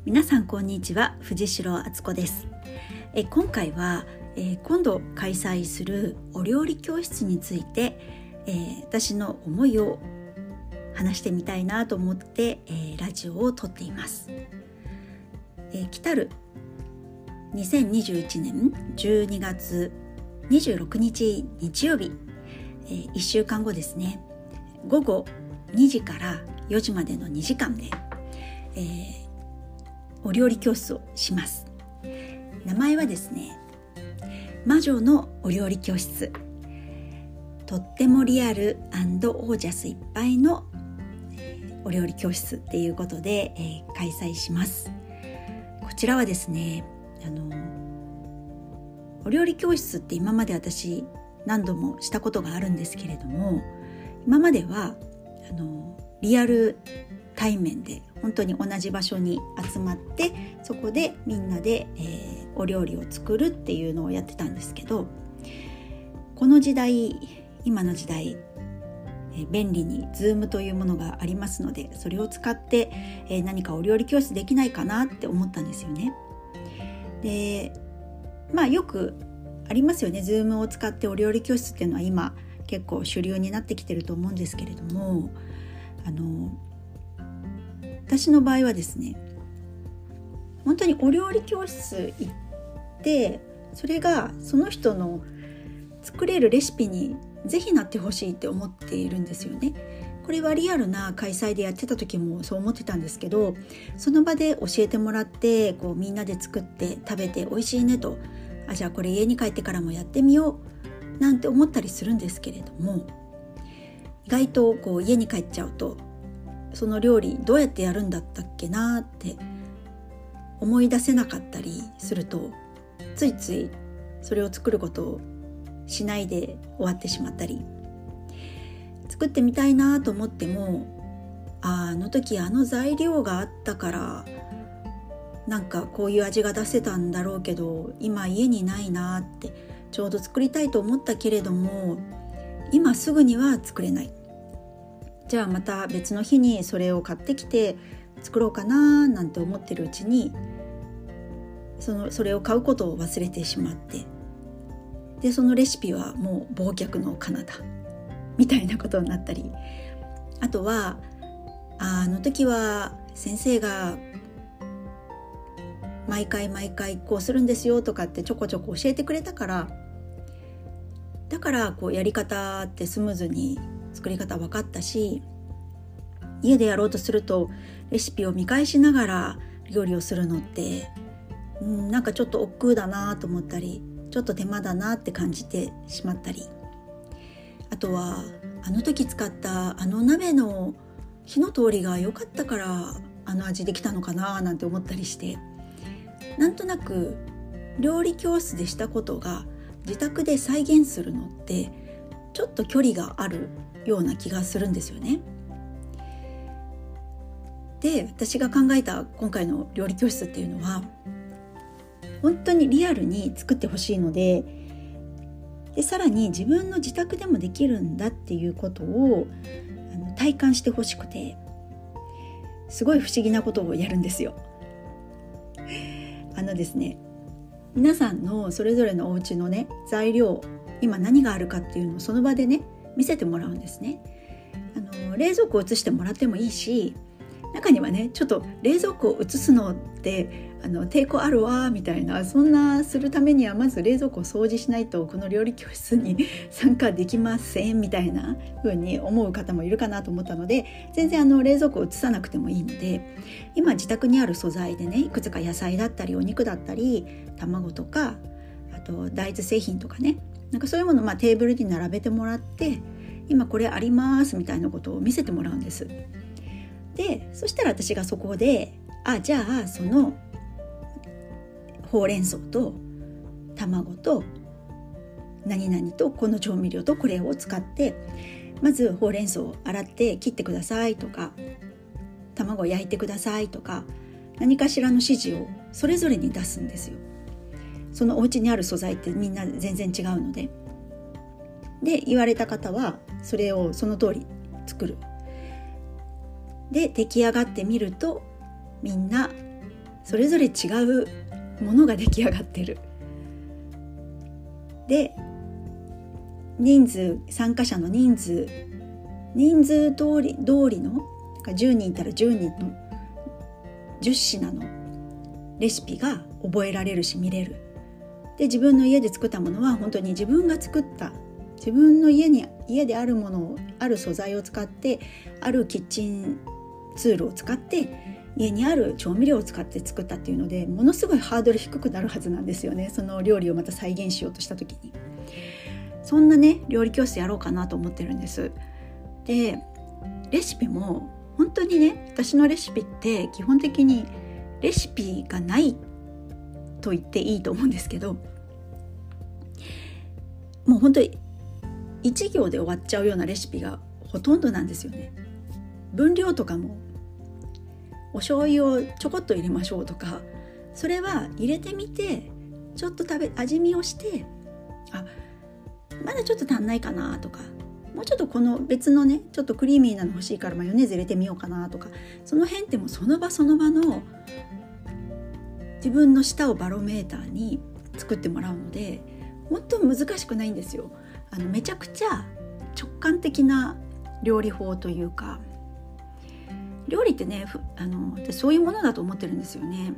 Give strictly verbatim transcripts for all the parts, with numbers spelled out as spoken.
皆さんこんにちは、藤代敦子です。え今回は、えー、今度開催するお料理教室について、えー、私の思いを話してみたいなと思って、えー、ラジオを撮っています。えー、来たるにせんにじゅういちねんじゅうにがつにじゅうろくにち日曜日、えー、いっしゅうかんごですね、ごごにじからよじまでのにじかんで、えーお料理教室をします。名前はですね、魔女のお料理教室。とってもリアル&オージャスいっぱいのお料理教室っていうことで、えー、開催します。こちらはですね、あのお料理教室って今まで私何度もしたことがあるんですけれども、今まではあのリアル対面で本当に同じ場所に集まって、そこでみんなで、えー、お料理を作るっていうのをやってたんですけど、この時代、今の時代、えー、便利に Zoom というものがありますので、それを使って、えー、何かお料理教室できないかなって思ったんですよね。で、まあよくありますよね、Zoom を使ってお料理教室っていうのは今結構主流になってきてると思うんですけれども、あの私の場合はですね、本当にお料理教室行って、それがその人の作れるレシピにぜひなってほしいって思っているんですよね。これはリアルな開催でやってた時もそう思ってたんですけど、その場で教えてもらって、こうみんなで作って食べて美味しいねと、あ、じゃあこれ家に帰ってからもやってみようなんて思ったりするんですけれども、意外とこう家に帰っちゃうと、その料理どうやってやるんだったっけなって思い出せなかったりすると、ついついそれを作ることをしないで終わってしまったり、作ってみたいなと思っても、あ、あの時あの材料があったからなんかこういう味が出せたんだろうけど、今家にないなって、ちょうど作りたいと思ったけれども今すぐには作れない、じゃあまた別の日にそれを買ってきて作ろうかななんて思ってるうちに、そのそれを買うことを忘れてしまって、でそのレシピはもう忘却の彼方みたいなことになったり、あとは あ, あの時は先生が毎回毎回こうするんですよとかってちょこちょこ教えてくれたから、だからこうやり方ってスムーズに作り方分かったし、家でやろうとするとレシピを見返しながら料理をするのって、うん、なんかちょっと億劫だなと思ったり、ちょっと手間だなって感じてしまったり、あとはあの時使ったあの鍋の火の通りが良かったからあの味できたのかななんて思ったりして、なんとなく料理教室でしたことが自宅で再現するのってちょっと距離があるような気がするんですよね。で、私が考えた今回の料理教室っていうのは、本当にリアルに作ってほしいので、でさらに自分の自宅でもできるんだっていうことをあの体感してほしくて、すごい不思議なことをやるんですよ。あのですね、皆さんのそれぞれのお家のね、材料、今何があるかっていうのをその場でね見せてもらうんですね。あの冷蔵庫を移してもらってもいいし、中にはね、ちょっと冷蔵庫を移すのってあの抵抗あるわみたいな、そんなするためにはまず冷蔵庫を掃除しないとこの料理教室に参加できませんみたいな風に思う方もいるかなと思ったので、全然あの冷蔵庫を移さなくてもいいので、今自宅にある素材でね、いくつか野菜だったりお肉だったり卵とか、あと大豆製品とかね、なんかそういうものをまあテーブルに並べてもらって、今これありますみたいなことを見せてもらうんです。で、そしたら私がそこで、あ、じゃあそのほうれん草と卵と何々とこの調味料とこれを使って、まずほうれん草を洗って切ってくださいとか、卵を焼いてくださいとか、何かしらの指示をそれぞれに出すんですよ。そのお家にある素材ってみんな全然違うので、で言われた方はそれをその通り作る。で出来上がってみると、みんなそれぞれ違うものが出来上がってる。で人数参加者の人数人数通り通りのじゅうにんいたらじゅうにんのじゅっしなのレシピが覚えられるし見れる。で自分の家で作ったものは本当に自分が作った自分の家に家であるものをある素材を使ってあるキッチンツールを使って家にある調味料を使って作ったっていうのでものすごいハードル低くなるはずなんですよね。その料理をまた再現しようとした時にそんなね料理教室やろうかなと思ってるんです。でレシピも本当にね私のレシピって基本的にレシピがないと言っていいと思うんですけどもう本当に一行で終わっちゃうようなレシピがほとんどなんですよね。分量とかもお醤油をちょこっと入れましょうとかそれは入れてみてちょっと食べ味見をしてあまだちょっと足んないかなとかもうちょっとこの別のねちょっとクリーミーなの欲しいからマヨネーズ入れてみようかなとかその辺ってもうその場その場の自分の舌をバロメーターに作ってもらうので本当難しくないんですよ。あのめちゃくちゃ直感的な料理法というか料理ってねあの私そういうものだと思ってるんですよね。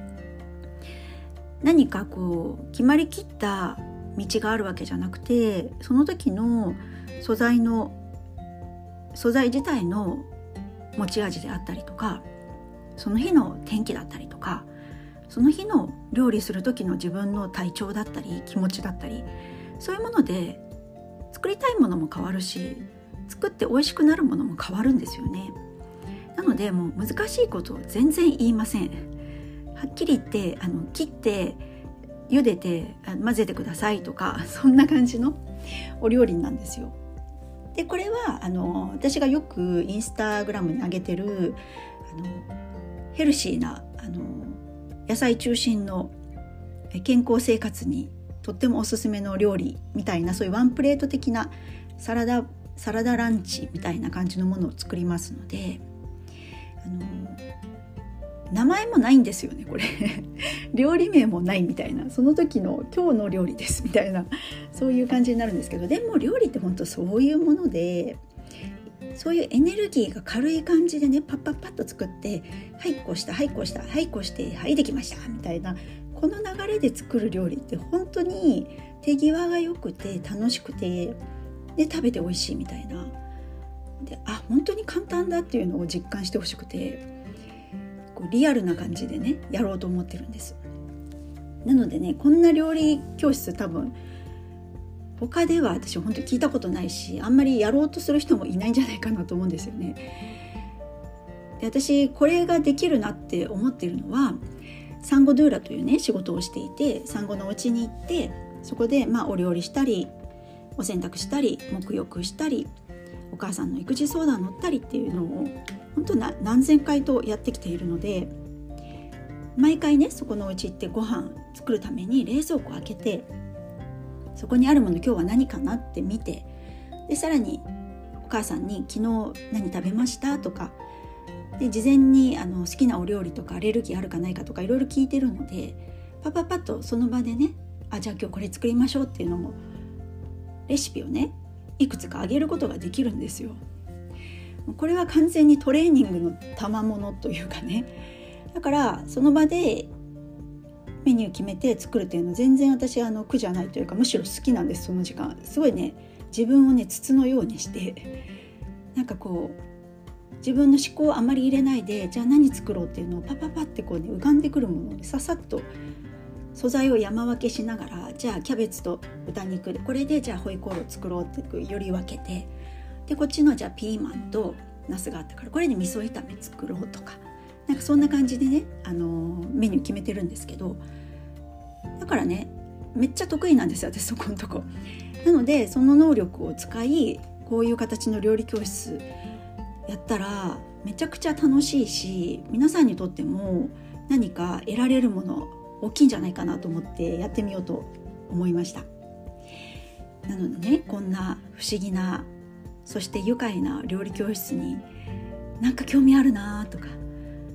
何かこう決まりきった道があるわけじゃなくてその時の素材の素材自体の持ち味であったりとかその日の天気だったりとかその日の料理する時の自分の体調だったり気持ちだったりそういうもので作りたいものも変わるし作って美味しくなるものも変わるんですよね。なのでもう難しいことを全然言いません。はっきり言ってあの切って茹でて混ぜてくださいとかそんな感じのお料理なんですよ。でこれはあの私がよくインスタグラムに上げてるあのヘルシーなあの野菜中心の健康生活にとってもおすすめの料理みたいなそういうワンプレート的なサラダサラダランチみたいな感じのものを作りますのであの名前もないんですよねこれ料理名もないみたいなその時の今日の料理ですみたいなそういう感じになるんですけどでも料理って本当そういうものでそういうエネルギーが軽い感じでねパッパッパッと作ってはいこうしたはいこうしたはいこうしてはいできましたみたいなこの流れで作る料理って本当に手際が良くて楽しくてで食べて美味しいみたいなであ本当に簡単だっていうのを実感してほしくてこうリアルな感じでねやろうと思ってるんです。なのでねこんな料理教室多分他では私本当に聞いたことないしあんまりやろうとする人もいないんじゃないかなと思うんですよね。で私これができるなって思っているのは産後ドゥーラというね仕事をしていて産後のお家に行ってそこでまあお料理したりお洗濯したり沐浴したりお母さんの育児相談乗ったりっていうのを本当な何千回とやってきているので毎回ねそこのお家行ってご飯作るために冷蔵庫を開けてそこにあるもの今日は何かなって見てでさらにお母さんに昨日何食べましたとかで事前にあの好きなお料理とかアレルギーあるかないかとかいろいろ聞いてるのでパパパッとその場でねあじゃあ今日これ作りましょうっていうのもレシピをねいくつかあげることができるんですよ。これは完全にトレーニングの賜物というかねだからその場でメニュー決めて作るっていうのは全然私あの苦じゃないというかむしろ好きなんです。その時間すごいね自分をね筒のようにしてなんかこう自分の思考をあまり入れないでじゃあ何作ろうっていうのをパパパってこうね浮かんでくるものを、ね、ささっと素材を山分けしながらじゃあキャベツと豚肉でこれでじゃあホイコーロー作ろうってより分けてでこっちのじゃあピーマンとナスがあったからこれで味噌炒め作ろうとかなんかそんな感じでね、あのー、メニュー決めてるんですけどだからねめっちゃ得意なんですよ私そこのとこなのでその能力を使いこういう形の料理教室やったらめちゃくちゃ楽しいし皆さんにとっても何か得られるもの大きいんじゃないかなと思ってやってみようと思いました。なのでねこんな不思議なそして愉快な料理教室になんか興味あるなとか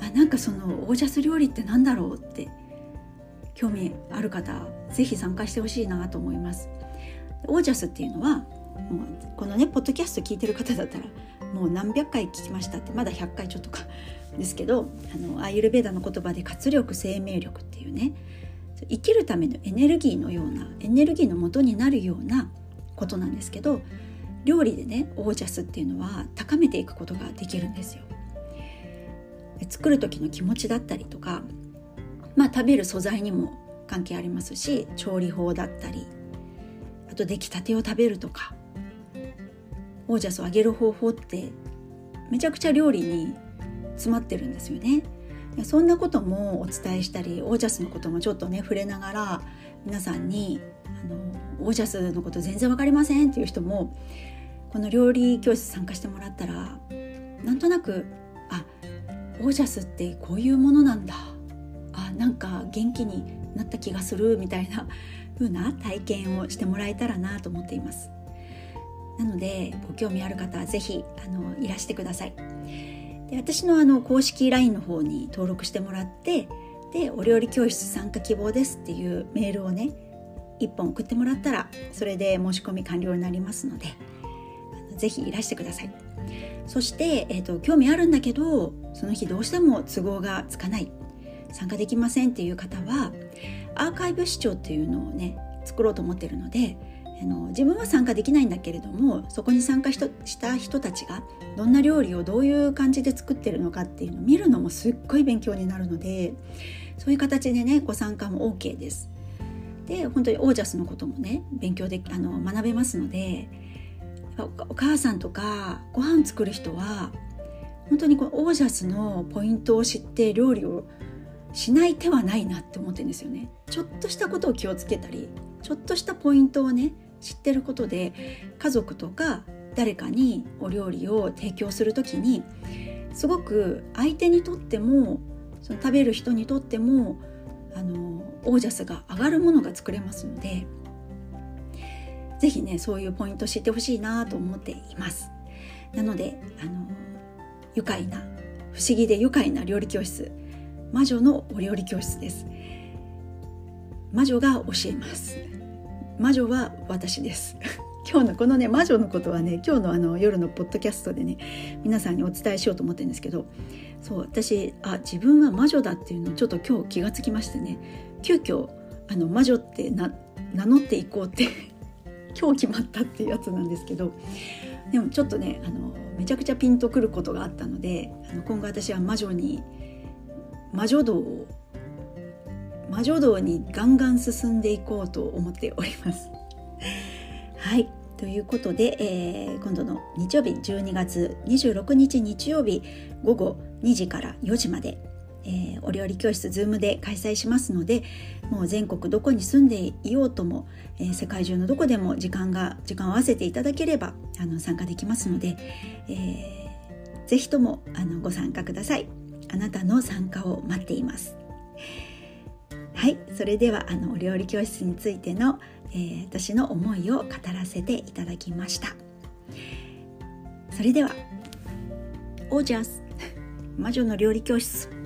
あなんかそのオージャス料理ってなんだろうって興味ある方ぜひ参加してほしいなと思います。オージャスっていうのはもうこのねポッドキャスト聞いてる方だったらもう何百回聞きましたって、まだひゃっかいちょっとかですけど、あのアーユルヴェーダの言葉で活力生命力っていうね、生きるためのエネルギーのようなエネルギーの元になるようなことなんですけど、料理でねオージャスっていうのは高めていくことができるんですよ。作る時の気持ちだったりとか、まあ食べる素材にも関係ありますし、調理法だったり、あと出来たてを食べるとか、オージャスを上げる方法ってめちゃくちゃ料理に詰まってるんですよね。そんなこともお伝えしたり、オージャスのこともちょっとね触れながら、皆さんにあのオージャスのこと全然わかりませんっていう人もこの料理教室参加してもらったら、なんとなくあオージャスってこういうものなんだ、あなんか元気になった気がするみたいな風な体験をしてもらえたらなと思っています。なのでご興味ある方はぜひあのいらしてください。で私のあの公式 ライン の方に登録してもらって、でお料理教室参加希望ですっていうメールをねいっぽん送ってもらったら、それで申し込み完了になりますので、ぜひいらしてください。そして、えーと、興味あるんだけどその日どうしても都合がつかない、参加できませんっていう方はアーカイブ視聴っていうのをね作ろうと思ってるので、あの自分は参加できないんだけれども、そこに参加しとした人たちがどんな料理をどういう感じで作ってるのかっていうのを見るのもすっごい勉強になるので、そういう形でねご参加も OK です。で本当にオージャスのこともね勉強であの学べますので、お母さんとかご飯作る人は本当にこのオージャスのポイントを知って料理をしない手はないなって思ってるんですよね。ちょっとしたことを気をつけたり、ちょっとしたポイントをね知ってることで、家族とか誰かにお料理を提供するときにすごく相手にとってもその食べる人にとってもあのオージャスが上がるものが作れますので、ぜひねそういうポイント知ってほしいなと思っています。なのであの愉快な不思議で愉快な料理教室、魔女のお料理教室です。魔女が教えます。魔女は私です今日のこのね魔女のことはね、今日のあの夜のポッドキャストでね皆さんにお伝えしようと思ってるんですけど、そう私あ自分は魔女だっていうのをちょっと今日気がつきましてね、急遽あの魔女ってな名乗っていこうって今日決まったっていうやつなんですけど、でもちょっとねあのめちゃくちゃピンとくることがあったので、あの今後私は魔女に魔女道を魔女道にガンガン進んでいこうと思っておりますはいということで、えー、今度の日曜日じゅうにがつにじゅうろくにち日曜日ごごにじからよじまで、えー、お料理教室 Zoom で開催しますので、もう全国どこに住んでいようとも、えー、世界中のどこでも時間が時間を合わせていただければあの参加できますので、えー、ぜひともあのご参加ください。あなたの参加を待っています。はい、それではあのお料理教室についての、えー、私の思いを語らせていただきました。それではオージャス魔女の料理教室